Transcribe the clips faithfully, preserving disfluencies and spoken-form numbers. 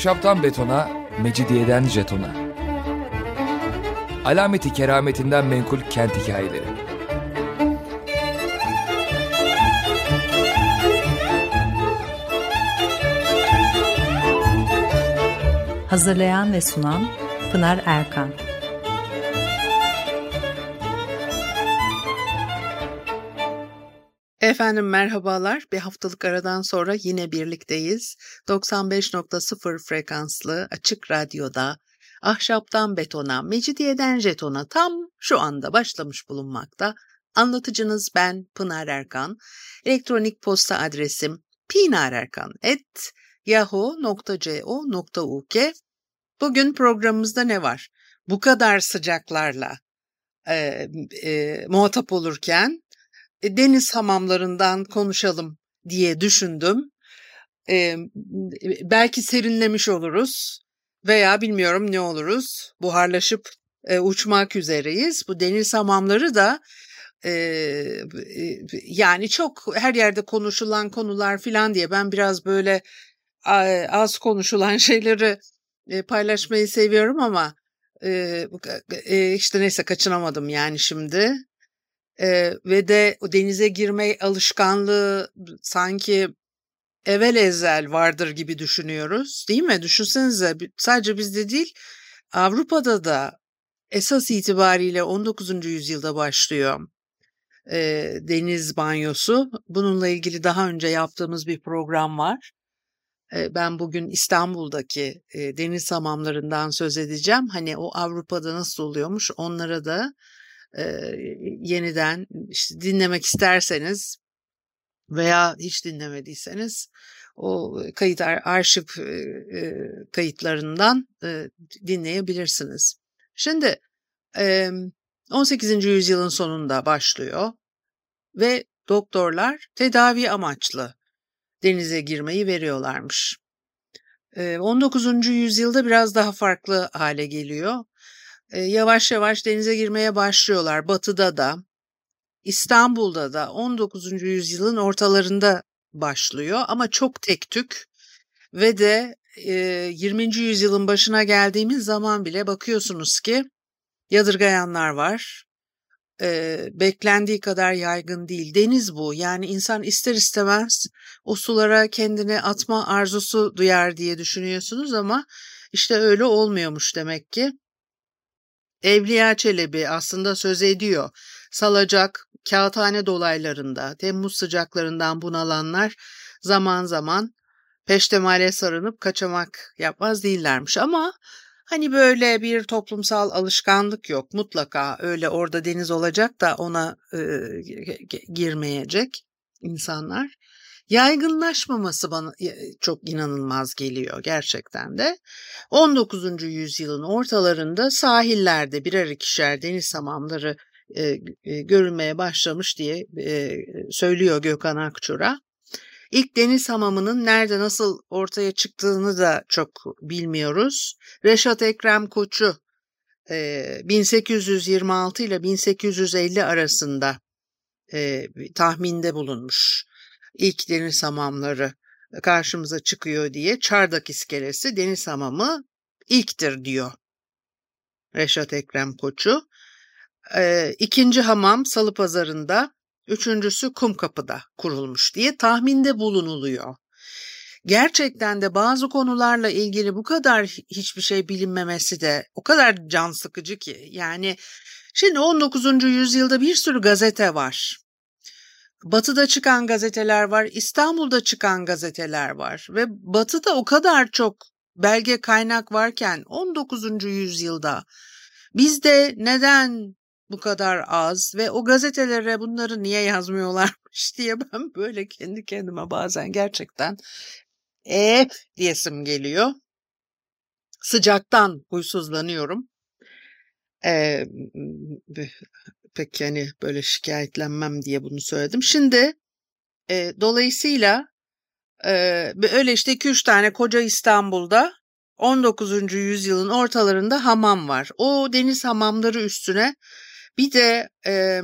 Ahşaptan betona, mecidiyeden jetona. Alameti kerametinden menkul kent hikayeleri. Hazırlayan ve sunan Pınar Erkan. Efendim merhabalar. Bir haftalık aradan sonra yine birlikteyiz. doksan beş nokta sıfır frekanslı açık radyoda ahşaptan betona, mecidiyeden jetona tam şu anda başlamış bulunmakta. Anlatıcınız ben Pınar Erkan. Elektronik posta adresim pinarerkan at yahoo nokta co nokta uk. Bugün programımızda ne var? Bu kadar sıcaklarla e, e, muhatap olurken deniz hamamlarından konuşalım diye düşündüm. Ee, belki serinlemiş oluruz veya bilmiyorum ne oluruz. Buharlaşıp e, uçmak üzereyiz. Bu deniz hamamları da e, e, yani çok her yerde konuşulan konular falan diye ben biraz böyle a, az konuşulan şeyleri e, paylaşmayı seviyorum ama e, e, işte neyse kaçınamadım yani şimdi. Ee, ve de o denize girme alışkanlığı sanki evvel ezel vardır gibi düşünüyoruz, değil mi? Düşünsenize sadece bizde değil, Avrupa'da da esas itibariyle on dokuzuncu yüzyılda başlıyor e, deniz banyosu. Bununla ilgili daha önce yaptığımız bir program var. E, ben bugün İstanbul'daki e, deniz hamamlarından söz edeceğim. Hani o Avrupa'da nasıl oluyormuş onlara da Ee, yeniden işte dinlemek isterseniz veya hiç dinlemediyseniz o kayıt arşiv e, kayıtlarından e, dinleyebilirsiniz. Şimdi e, on sekizinci yüzyılın sonunda başlıyor ve doktorlar tedavi amaçlı denize girmeyi veriyorlarmış. E, on dokuzuncu yüzyılda biraz daha farklı hale geliyor. Yavaş yavaş denize girmeye başlıyorlar. Batı'da da, İstanbul'da da on dokuzuncu yüzyılın ortalarında başlıyor ama çok tek tük ve de yirminci yüzyılın başına geldiğimiz zaman bile bakıyorsunuz ki yadırgayanlar var. Beklendiği kadar yaygın değil. Deniz bu. Yani insan ister istemez o sulara kendini atma arzusu duyar diye düşünüyorsunuz ama işte öyle olmuyormuş demek ki. Evliya Çelebi aslında söz ediyor. Salacak, kağıthane dolaylarında, Temmuz sıcaklarından bunalanlar zaman zaman peştemale sarınıp kaçamak yapmaz değillermiş. Ama hani böyle bir toplumsal alışkanlık yok. Mutlaka öyle orada deniz olacak da ona e, girmeyecek insanlar. Yaygınlaşmaması bana çok inanılmaz geliyor gerçekten de. on dokuzuncu yüzyılın ortalarında sahillerde birer ikişer deniz hamamları e, e, görülmeye başlamış diye e, söylüyor Gökhan Akçura. İlk deniz hamamının nerede nasıl ortaya çıktığını da çok bilmiyoruz. Reşat Ekrem Koçu e, bin sekiz yüz yirmi altı ile bin sekiz yüz elli arasında e, tahminde bulunmuş. İlk deniz hamamları karşımıza çıkıyor diye Çardak İskelesi deniz hamamı ilktir diyor Reşat Ekrem Koçu. Ee, ikinci hamam Salıpazarı'nda, üçüncüsü Kumkapı'da kurulmuş diye tahminde bulunuluyor. Gerçekten de bazı konularla ilgili bu kadar hiçbir şey bilinmemesi de o kadar can sıkıcı ki. Yani şimdi on dokuzuncu yüzyılda bir sürü gazete var. Batı'da çıkan gazeteler var, İstanbul'da çıkan gazeteler var ve Batı'da o kadar çok belge kaynak varken on dokuzuncu yüzyılda bizde neden bu kadar az ve o gazetelere bunları niye yazmıyorlarmış diye ben böyle kendi kendime bazen gerçekten eee diyesim geliyor. Sıcaktan huysuzlanıyorum. Eee Pek yani böyle şikayetlenmem diye bunu söyledim. Şimdi e, dolayısıyla e, öyle işte iki üç tane koca İstanbul'da on dokuzuncu yüzyılın ortalarında hamam var. O deniz hamamları üstüne Bir de e,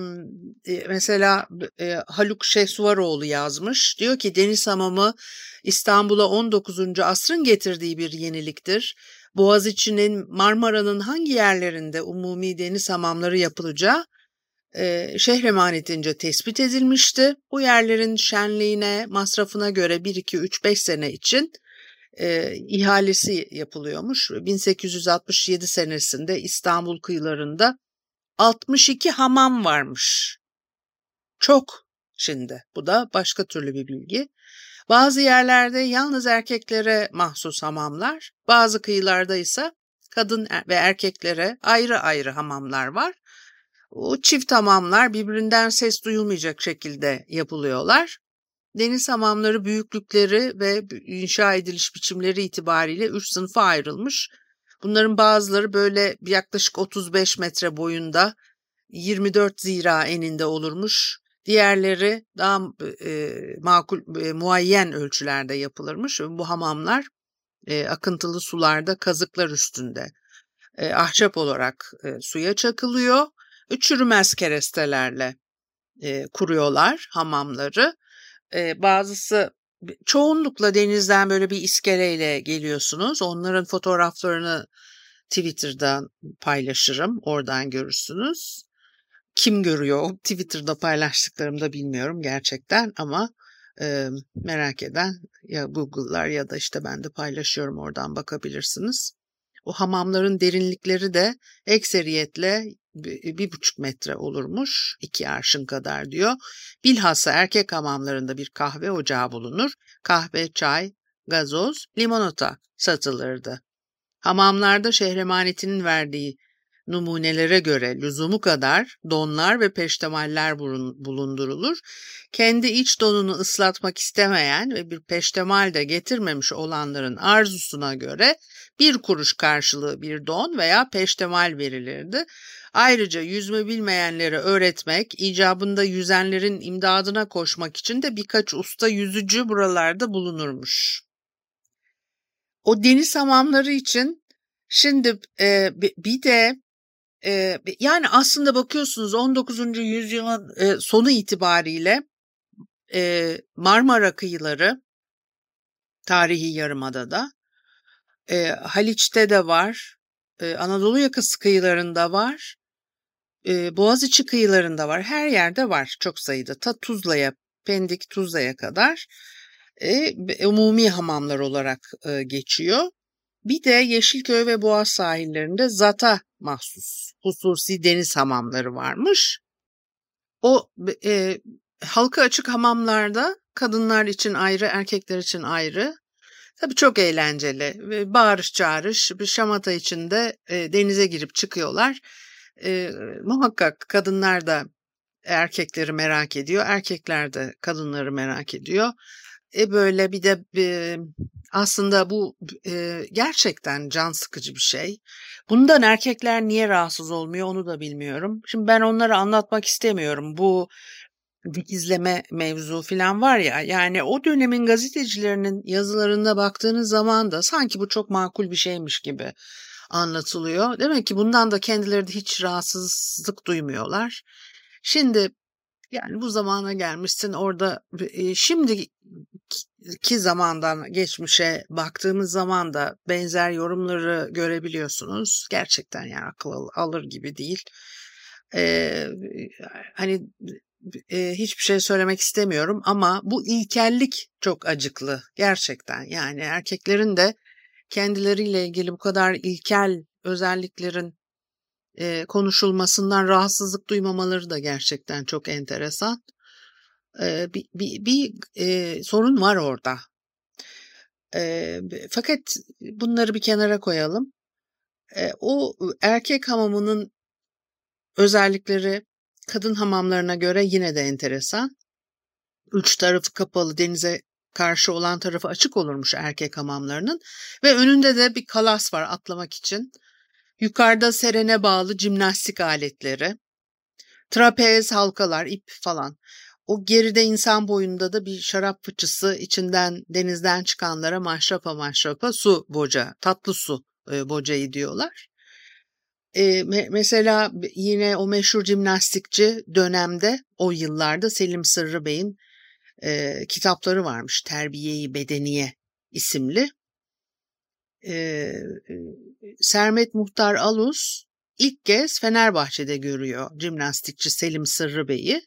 mesela e, Haluk Şehsuvaroğlu yazmış. Diyor ki deniz hamamı İstanbul'a on dokuzuncu asrın getirdiği bir yeniliktir. Boğaziçi'nin, Marmara'nın hangi yerlerinde umumi deniz hamamları yapılacağı e, şehir emanetince tespit edilmişti. Bu yerlerin şenliğine, masrafına göre bir, iki, üç, beş sene için e, ihalesi yapılıyormuş. bin sekiz yüz altmış yedi senesinde İstanbul kıyılarında altmış iki hamam varmış. Çok şimdi. Bu da başka türlü bir bilgi. Bazı yerlerde yalnız erkeklere mahsus hamamlar, bazı kıyılarda ise kadın ve erkeklere ayrı ayrı hamamlar var. O çift hamamlar birbirinden ses duyulmayacak şekilde yapılıyorlar. Deniz hamamları büyüklükleri ve inşa ediliş biçimleri itibariyle üç sınıfa ayrılmış. Bunların bazıları böyle yaklaşık otuz beş metre boyunda, yirmi dört zira eninde olurmuş. Diğerleri daha e, makul, e, muayyen ölçülerde yapılırmış. Bu hamamlar e, akıntılı sularda kazıklar üstünde e, ahşap olarak e, suya çakılıyor. Çürümez kerestelerle e, kuruyorlar hamamları. E, bazısı çoğunlukla denizden böyle bir iskeleyle geliyorsunuz. Onların fotoğraflarını Twitter'dan paylaşırım. Oradan görürsünüz. Kim görüyor? Twitter'da paylaştıklarımı da bilmiyorum gerçekten ama e, merak eden ya Google'lar ya da işte ben de paylaşıyorum, oradan bakabilirsiniz. O hamamların derinlikleri de ekseriyetle bir, bir buçuk metre olurmuş, iki arşın kadar diyor. Bilhassa erkek hamamlarında bir kahve ocağı bulunur. Kahve, çay, gazoz, limonata satılırdı. Hamamlarda şehir emanetinin verdiği numunelere göre lüzumu kadar donlar ve peştemaller bulundurulur. Kendi iç donunu ıslatmak istemeyen ve bir peştemal de getirmemiş olanların arzusuna göre bir kuruş karşılığı bir don veya peştemal verilirdi. Ayrıca yüzme bilmeyenlere öğretmek, icabında yüzenlerin imdadına koşmak için de birkaç usta yüzücü buralarda bulunurmuş. O deniz hamamları için şimdi e, bir de e, yani aslında bakıyorsunuz on dokuzuncu yüzyılın e, sonu itibariyle e, Marmara kıyıları, tarihi yarımadada, e, Haliç'te de var, e, Anadolu yakası kıyılarında var, e, Boğaziçi kıyılarında var, her yerde var çok sayıda. Ta Tuzla'ya, Pendik Tuzla'ya kadar e, umumi hamamlar olarak e, geçiyor. Bir de Yeşilköy ve Boğaz sahillerinde zata mahsus hususi deniz hamamları varmış. O e, halka açık hamamlarda kadınlar için ayrı, erkekler için ayrı. Tabii çok eğlenceli. Bağırış çağırış, bir şamata içinde e, denize girip çıkıyorlar. E, muhakkak kadınlar da erkekleri merak ediyor, erkekler de kadınları merak ediyor. E böyle bir de e, aslında bu e, gerçekten can sıkıcı bir şey. Bundan erkekler niye rahatsız olmuyor onu da bilmiyorum. Şimdi ben onları anlatmak istemiyorum. Bu dikizleme mevzu falan var ya, yani o dönemin gazetecilerinin yazılarına baktığınız zaman da sanki bu çok makul bir şeymiş gibi anlatılıyor. Demek ki bundan da kendileri de hiç rahatsızlık duymuyorlar. Şimdi yani bu zamana gelmişsin orada e, şimdiki zamandan geçmişe baktığımız zaman da benzer yorumları görebiliyorsunuz. Gerçekten yani akıl alır gibi değil. Ee, hani e, hiçbir şey söylemek istemiyorum ama bu ilkellik çok acıklı gerçekten. Yani erkeklerin de kendileriyle ilgili bu kadar ilkel özelliklerin e, konuşulmasından rahatsızlık duymamaları da gerçekten çok enteresan. E, bir bir, bir e, sorun var orada. E, fakat bunları bir kenara koyalım. E, o erkek hamamının özellikleri kadın hamamlarına göre yine de enteresan. Üç tarafı kapalı, denize karşı olan tarafı açık olurmuş erkek hamamlarının ve önünde de bir kalas var atlamak için. Yukarıda serene bağlı jimnastik aletleri, trapez, halkalar, ip falan. O geride insan boyunda da bir şarap fıçısı, içinden denizden çıkanlara maşrapa maşrapa su boca, tatlı su e, bocayı diyorlar. E, me- mesela yine o meşhur jimnastikçi dönemde o yıllarda Selim Sırrı Bey'in e, kitapları varmış. Terbiye-i Bedeniye isimli. E, Sermet Muhtar Alus ilk kez Fenerbahçe'de görüyor jimnastikçi Selim Sırrı Bey'i.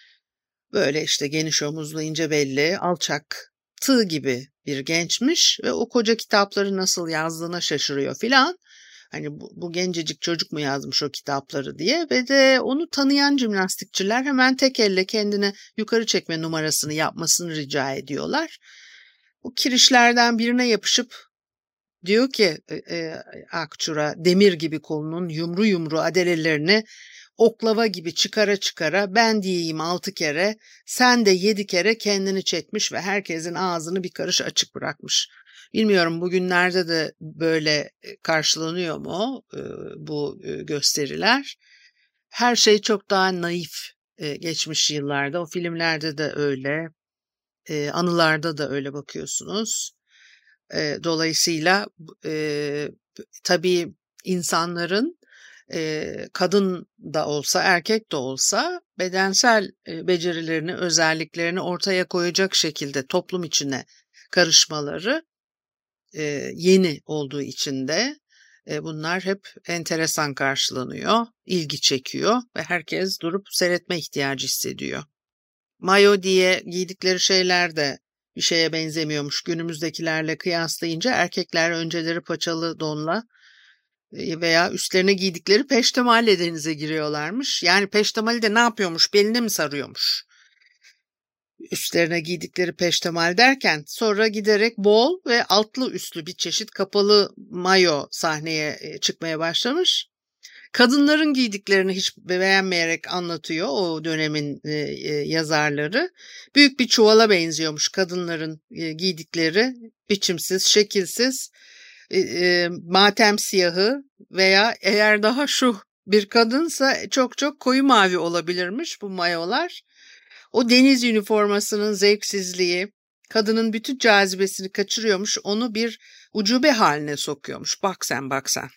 Böyle işte geniş omuzlu, ince belli, alçak, tığ gibi bir gençmiş ve o koca kitapları nasıl yazdığına şaşırıyor filan. Hani bu, bu gencecik çocuk mu yazmış o kitapları diye ve de onu tanıyan jimnastikçiler hemen tek elle kendine yukarı çekme numarasını yapmasını rica ediyorlar. Bu kirişlerden birine yapışıp diyor ki e, e, Akçur'a demir gibi kolunun yumru yumru adelelerini oklava gibi çıkara çıkara ben diyeyim altı kere sen de yedi kere kendini çekmiş ve herkesin ağzını bir karış açık bırakmış. Bilmiyorum bugünlerde de böyle karşılanıyor mu e, bu e, gösteriler? Her şey çok daha naif e, geçmiş yıllarda. O filmlerde de öyle, e, anılarda da öyle bakıyorsunuz. E, dolayısıyla e, tabii insanların e, kadın da olsa erkek de olsa bedensel e, becerilerini, özelliklerini ortaya koyacak şekilde toplum içine karışmaları e, yeni olduğu için de e, bunlar hep enteresan karşılanıyor, ilgi çekiyor ve herkes durup seyretme ihtiyacı hissediyor. Mayo diye giydikleri şeyler de bir şeye benzemiyormuş. Günümüzdekilerle kıyaslayınca erkekler önceleri paçalı donla veya üstlerine giydikleri peştemalle denize giriyorlarmış. Yani peştemali de ne yapıyormuş? Beline mi sarıyormuş? Üstlerine giydikleri peştemal derken sonra giderek bol ve altlı üstlü bir çeşit kapalı mayo sahneye çıkmaya başlamış. Kadınların giydiklerini hiç beğenmeyerek anlatıyor o dönemin e, e, yazarları. Büyük bir çuvala benziyormuş kadınların e, giydikleri, biçimsiz, şekilsiz, e, e, matem siyahı veya eğer daha şu bir kadınsa çok çok koyu mavi olabilirmiş bu mayolar. O deniz üniformasının zevksizliği kadının bütün cazibesini kaçırıyormuş, onu bir ucube haline sokuyormuş. Bak sen bak sen.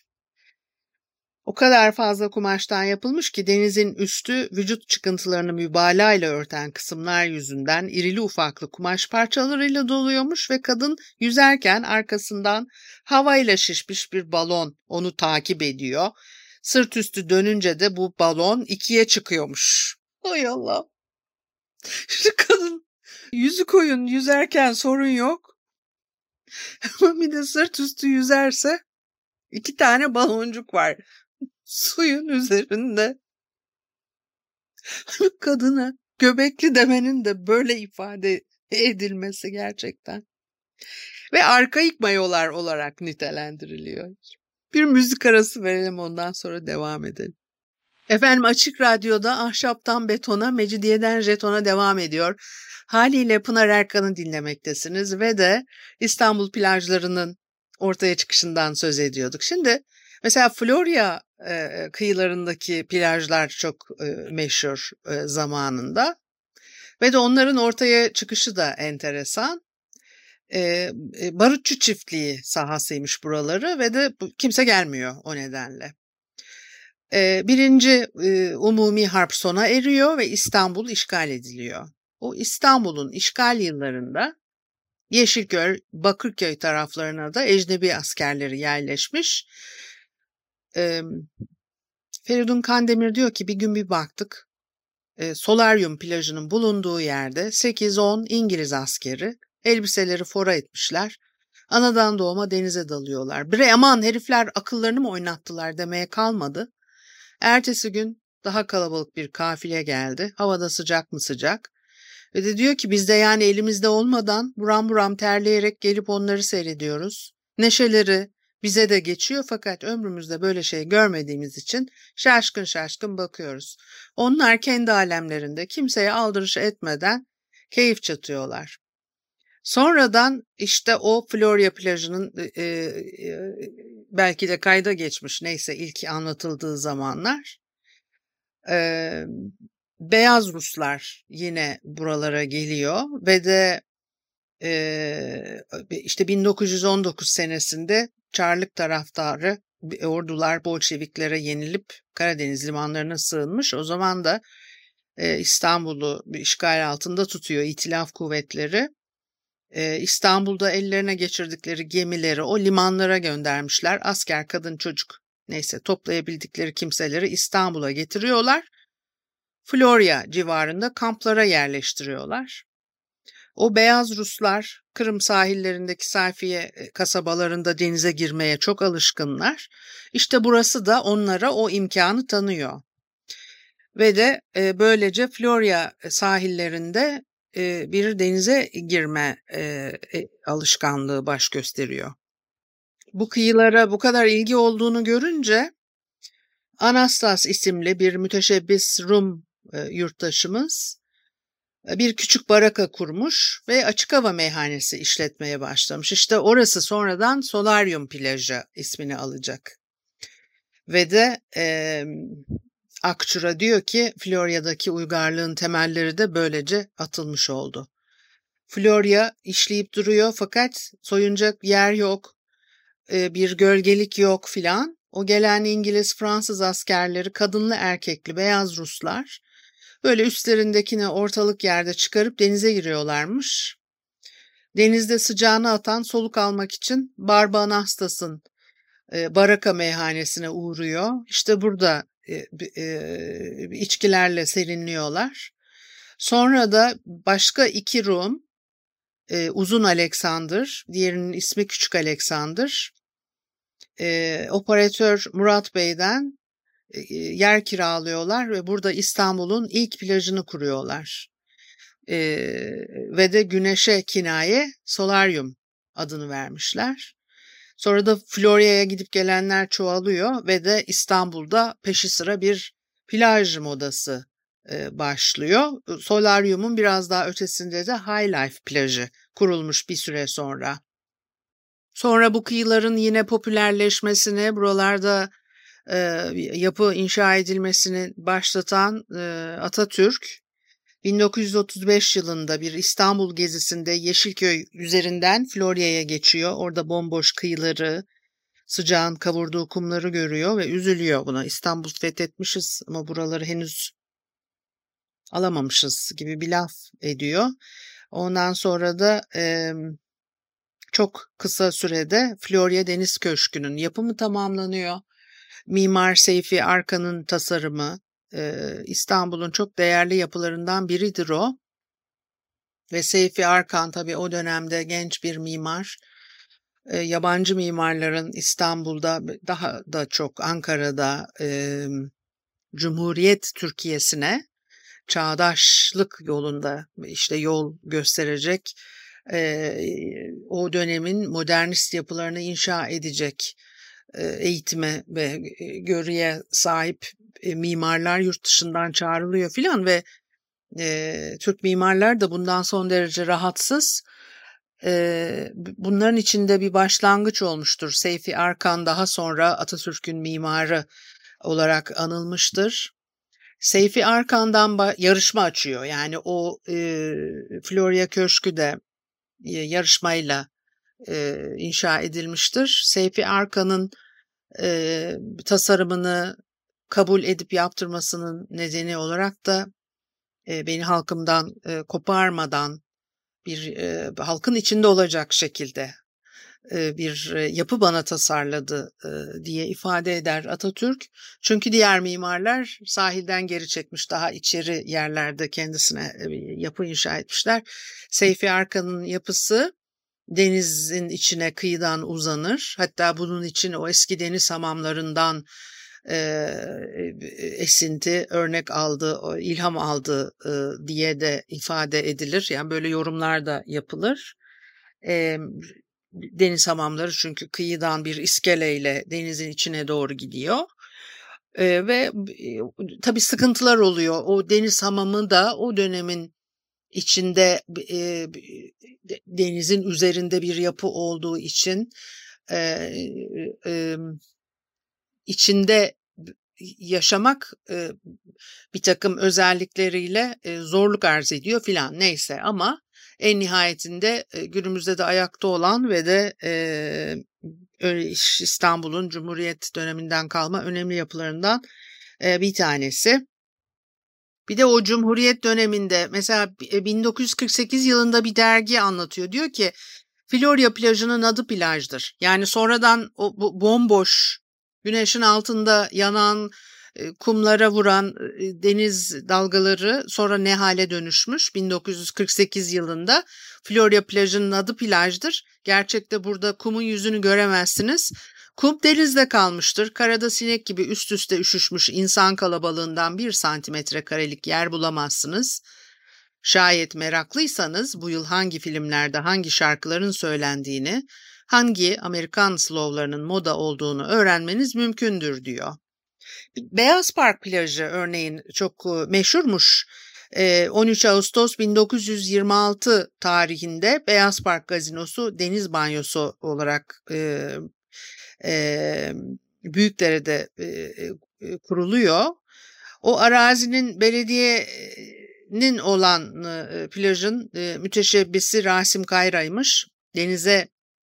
O kadar fazla kumaştan yapılmış ki denizin üstü vücut çıkıntılarını mübalağa ile örten kısımlar yüzünden irili ufaklı kumaş parçalarıyla doluyormuş ve kadın yüzerken arkasından havayla şişmiş bir balon onu takip ediyor. Sırt üstü dönünce de bu balon ikiye çıkıyormuş. Hay Allah. Şu kadın yüzü koyun yüzerken sorun yok. Ama bir de sırt üstü yüzerse iki tane baloncuk var. Suyun üzerinde. Kadına göbekli demenin de böyle ifade edilmesi gerçekten. Ve arkaik mayolar olarak nitelendiriliyor. Bir müzik arası verelim ondan sonra devam edelim. Efendim Açık Radyo'da Ahşaptan Betona, Mecidiyeden Jeton'a devam ediyor. Haliyle Pınar Erkan'ı dinlemektesiniz ve de İstanbul plajlarının ortaya çıkışından söz ediyorduk. Şimdi mesela Florya e, kıyılarındaki plajlar çok e, meşhur e, zamanında ve de onların ortaya çıkışı da enteresan. E, e, barutçu çiftliği sahasıymış buraları ve de kimse gelmiyor o nedenle. E, birinci e, Umumi Harp sona eriyor ve İstanbul işgal ediliyor. O İstanbul'un işgal yıllarında Yeşilköy, Bakırköy taraflarına da ecnebi askerleri yerleşmiş. Ee, Feridun Kandemir diyor ki bir gün bir baktık e, Solaryum plajının bulunduğu yerde sekiz on İngiliz askeri elbiseleri fora etmişler. Anadan doğma denize dalıyorlar. Bre aman herifler akıllarını mı oynattılar demeye kalmadı. Ertesi gün daha kalabalık bir kafile geldi. Havada sıcak mı sıcak. Ve de diyor ki biz de yani elimizde olmadan buram buram terleyerek gelip onları seyrediyoruz. Neşeleri bize de geçiyor fakat ömrümüzde böyle şey görmediğimiz için şaşkın şaşkın bakıyoruz. Onlar kendi alemlerinde kimseye aldırış etmeden keyif çatıyorlar. Sonradan işte o Florya plajının e, e, belki de kayda geçmiş neyse ilk anlatıldığı zamanlar e, Beyaz Ruslar yine buralara geliyor ve de e, işte bin dokuz yüz on dokuz senesinde Çarlık taraftarı ordular Bolşeviklere yenilip Karadeniz limanlarına sığınmış. O zaman da e, İstanbul'u işgal altında tutuyor İtilaf kuvvetleri. E, İstanbul'da ellerine geçirdikleri gemileri o limanlara göndermişler. Asker, kadın, çocuk neyse toplayabildikleri kimseleri İstanbul'a getiriyorlar. Florya civarında kamplara yerleştiriyorlar. O beyaz Ruslar Kırım sahillerindeki Sayfiye kasabalarında denize girmeye çok alışkınlar. İşte burası da onlara o imkanı tanıyor. Ve de e, böylece Florya sahillerinde e, bir denize girme e, e, alışkanlığı baş gösteriyor. Bu kıyılara bu kadar ilgi olduğunu görünce Anastas isimli bir müteşebbis Rum e, yurttaşımız bir küçük baraka kurmuş ve açık hava meyhanesi işletmeye başlamış. İşte orası sonradan Solaryum Plajı ismini alacak. Ve de e, Akçura diyor ki Florya'daki uygarlığın temelleri de böylece atılmış oldu. Florya işleyip duruyor fakat soyunacak yer yok, e, bir gölgelik yok filan. O gelen İngiliz, Fransız askerleri, kadınlı erkekli beyaz Ruslar böyle üstlerindekini ortalık yerde çıkarıp denize giriyorlarmış. Denizde sıcağını atan soluk almak için Barba Anastas'ın e, baraka meyhanesine uğruyor. İşte burada e, e, içkilerle serinliyorlar. Sonra da başka iki Rum, e, Uzun Alexander, diğerinin ismi Küçük Alexander, e, operatör Murat Bey'den yer kiralıyorlar ve burada İstanbul'un ilk plajını kuruyorlar. Ee, ve de güneşe kinaye Solaryum adını vermişler. Sonra da Florya'ya gidip gelenler çoğalıyor ve de İstanbul'da peşi sıra bir plaj modası e, başlıyor. Solaryum'un biraz daha ötesinde de High Life plajı kurulmuş bir süre sonra. Sonra bu kıyıların yine popülerleşmesine, buralarda e, yapı inşa edilmesini başlatan e, Atatürk, bin dokuz yüz otuz beş yılında bir İstanbul gezisinde Yeşilköy üzerinden Florya'ya geçiyor. Orada bomboş kıyıları, sıcağın kavurduğu kumları görüyor ve üzülüyor buna. İstanbul fethetmişiz ama buraları henüz alamamışız gibi bir laf ediyor. Ondan sonra da e, çok kısa sürede Florya Deniz Köşkü'nün yapımı tamamlanıyor. Mimar Seyfi Arkan'ın tasarımı, e, İstanbul'un çok değerli yapılarından biridir o. Ve Seyfi Arkan tabii o dönemde genç bir mimar. E, yabancı mimarların İstanbul'da, daha da çok Ankara'da e, Cumhuriyet Türkiye'sine çağdaşlık yolunda işte yol gösterecek, e, o dönemin modernist yapılarını inşa edecek eğitime ve görüye sahip mimarlar yurt dışından çağrılıyor filan ve e, Türk mimarlar da bundan son derece rahatsız. E, bunların içinde bir başlangıç olmuştur. Seyfi Arkan daha sonra Atatürk'ün mimarı olarak anılmıştır. Seyfi Arkan'dan yarışma açıyor. Yani o e, Florya Köşkü de e, yarışmayla e, inşa edilmiştir. Seyfi Arkan'ın e, tasarımını kabul edip yaptırmasının nedeni olarak da e, beni halkımdan e, koparmadan bir e, halkın içinde olacak şekilde e, bir e, yapı bana tasarladı e, diye ifade eder Atatürk. Çünkü diğer mimarlar sahilden geri çekmiş, daha içeri yerlerde kendisine e, yapı inşa etmişler. Seyfi Arkan'ın yapısı denizin içine kıyıdan uzanır. Hatta bunun için o eski deniz hamamlarından e, esinti, örnek aldı, ilham aldı e, diye de ifade edilir. Yani böyle yorumlar da yapılır. E, deniz hamamları çünkü kıyıdan bir iskeleyle denizin içine doğru gidiyor. E, ve e, tabii sıkıntılar oluyor. O deniz hamamı da o dönemin içinde e, denizin üzerinde bir yapı olduğu için e, e, içinde yaşamak e, bir takım özellikleriyle e, zorluk arz ediyor filan, neyse, ama en nihayetinde e, günümüzde de ayakta olan ve de e, İstanbul'un Cumhuriyet döneminden kalma önemli yapılarından bir tanesi. Bir de o Cumhuriyet döneminde mesela bin dokuz yüz kırk sekiz yılında bir dergi anlatıyor. Diyor ki Florya plajının adı plajdır. Yani sonradan o bu bomboş, güneşin altında yanan, kumlara vuran deniz dalgaları sonra ne hale dönüşmüş? bin dokuz yüz kırk sekiz yılında Florya plajının adı plajdır. Gerçekte burada kumun yüzünü göremezsiniz. Kum denizde kalmıştır. Karada sinek gibi üst üste üşüşmüş insan kalabalığından bir santimetre karelik yer bulamazsınız. Şayet meraklıysanız bu yıl hangi filmlerde hangi şarkıların söylendiğini, hangi Amerikan slowlarının moda olduğunu öğrenmeniz mümkündür diyor. Beyaz Park plajı örneğin çok meşhurmuş. on üç Ağustos bin dokuz yüz yirmi altı tarihinde Beyaz Park Gazinosu deniz banyosu olarak e, e, Büyükdere'de e, kuruluyor. O arazinin belediyenin olan e, plajın e, müteşebbisi Rasim Kayra'ymış. Denize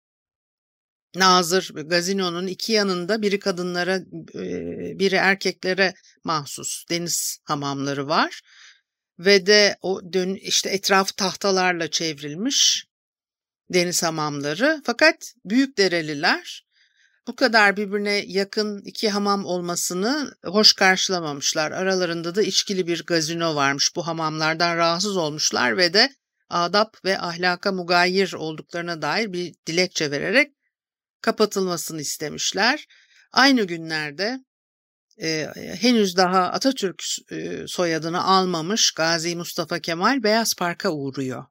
nazır gazinonun iki yanında biri kadınlara biri erkeklere mahsus deniz hamamları var ve de o dön işte etrafı tahtalarla çevrilmiş deniz hamamları. Fakat Büyükdereliler bu kadar birbirine yakın iki hamam olmasını hoş karşılamamışlar. Aralarında da içkili bir gazino varmış. Bu hamamlardan rahatsız olmuşlar ve de adap ve ahlaka mugayir olduklarına dair bir dilekçe vererek kapatılmasını istemişler. Aynı günlerde e, henüz daha Atatürk e, soyadını almamış Gazi Mustafa Kemal Beyaz Park'a uğruyor.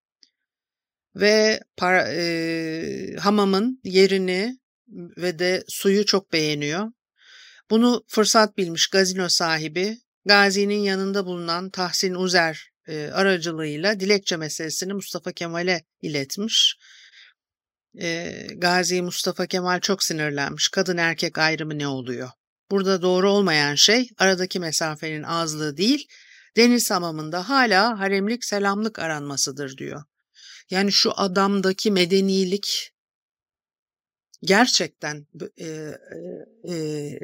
Ve par, e, hamamın yerini ve de suyu çok beğeniyor. Bunu fırsat bilmiş gazino sahibi Gazi'nin yanında bulunan Tahsin Uzer e, aracılığıyla dilekçe meselesini Mustafa Kemal'e iletmiş. E, Gazi Mustafa Kemal çok sinirlenmiş. Kadın erkek ayrımı ne oluyor? Burada doğru olmayan şey aradaki mesafenin azlığı değil, deniz hamamında hala haremlik selamlık aranmasıdır diyor. Yani şu adamdaki medenilik gerçekten e, e,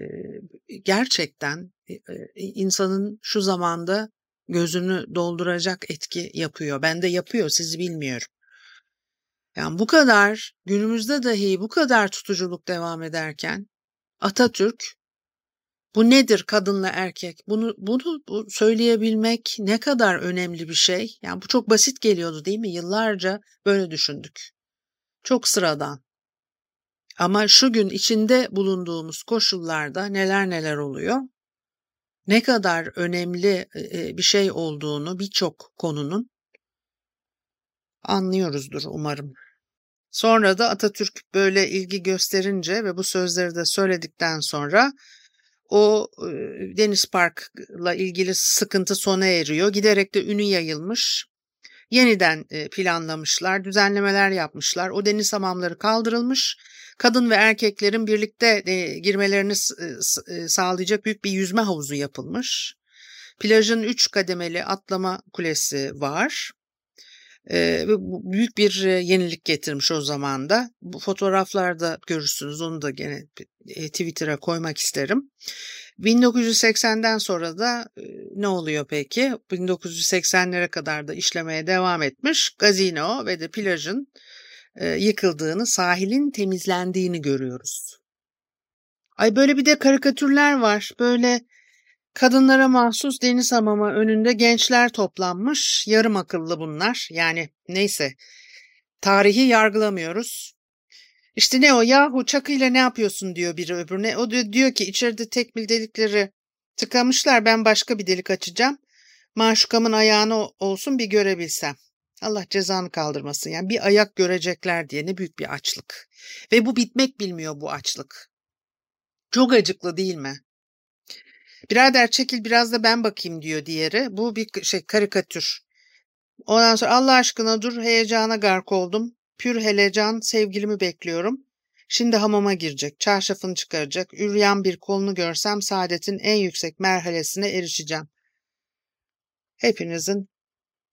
gerçekten e, insanın şu zamanda gözünü dolduracak etki yapıyor. Bende yapıyor, sizi bilmiyorum. Yani bu kadar günümüzde dahi bu kadar tutuculuk devam ederken Atatürk bu nedir kadınla erkek? Bunu bunu bu söyleyebilmek ne kadar önemli bir şey. Yani bu çok basit geliyordu değil mi? Yıllarca böyle düşündük. Çok sıradan. Ama şu gün içinde bulunduğumuz koşullarda neler neler oluyor? Ne kadar önemli bir şey olduğunu birçok konunun anlıyoruzdur umarım. Sonra da Atatürk böyle ilgi gösterince ve bu sözleri de söyledikten sonra o Deniz Park'la ilgili sıkıntı sona eriyor. Giderek de ünü yayılmış. Yeniden planlamışlar, düzenlemeler yapmışlar. O deniz hamamları kaldırılmış. Kadın ve erkeklerin birlikte girmelerini sağlayacak büyük bir yüzme havuzu yapılmış. Plajın üç kademeli atlama kulesi var. Ee, büyük bir yenilik getirmiş o zaman da. Bu fotoğraflarda görürsünüz, onu da gene Twitter'a koymak isterim. bin dokuz yüz seksenden sonra da ne oluyor peki? bin dokuz yüz seksenlere kadar da işlemeye devam etmiş. Gazino ve de plajın e, yıkıldığını, sahilin temizlendiğini görüyoruz. Ay böyle bir de karikatürler var. Böyle kadınlara mahsus deniz hamamı önünde gençler toplanmış. Yarım akıllı bunlar. Yani neyse, tarihi yargılamıyoruz. İşte ne o yahu çakıyla ne yapıyorsun diyor biri öbürüne. O diyor, diyor ki içeride tekmil delikleri tıkamışlar, ben başka bir delik açacağım. Maşukamın ayağını olsun bir görebilsem. Allah cezanı kaldırmasın. Yani bir ayak görecekler diye ne büyük bir açlık. Ve bu bitmek bilmiyor bu açlık. Çok acıklı değil mi? Birader çekil biraz da ben bakayım diyor diğeri. Bu bir şey karikatür. Ondan sonra Allah aşkına dur, heyecana gark oldum. Pür helecan sevgilimi bekliyorum. Şimdi hamama girecek, çarşafını çıkaracak. Üryan bir kolunu görsem saadetin en yüksek merhalesine erişeceğim. Hepinizin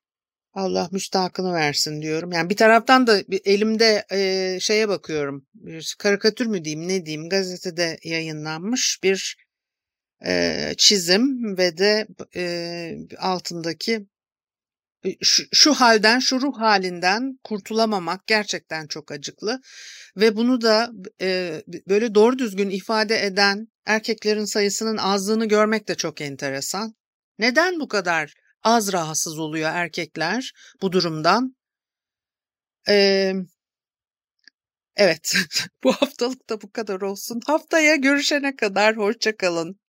Allah müstahakını versin diyorum. Yani bir taraftan da elimde e, şeye bakıyorum. Bir karikatür mü diyeyim ne diyeyim, gazetede yayınlanmış bir e, çizim ve de e, altındaki şu, şu halden, şu ruh halinden kurtulamamak gerçekten çok acıklı ve bunu da e, böyle doğru düzgün ifade eden erkeklerin sayısının azlığını görmek de çok enteresan. Neden bu kadar az rahatsız oluyor erkekler bu durumdan? Ee, evet, bu haftalık da bu kadar olsun. Haftaya görüşene kadar hoşça kalın.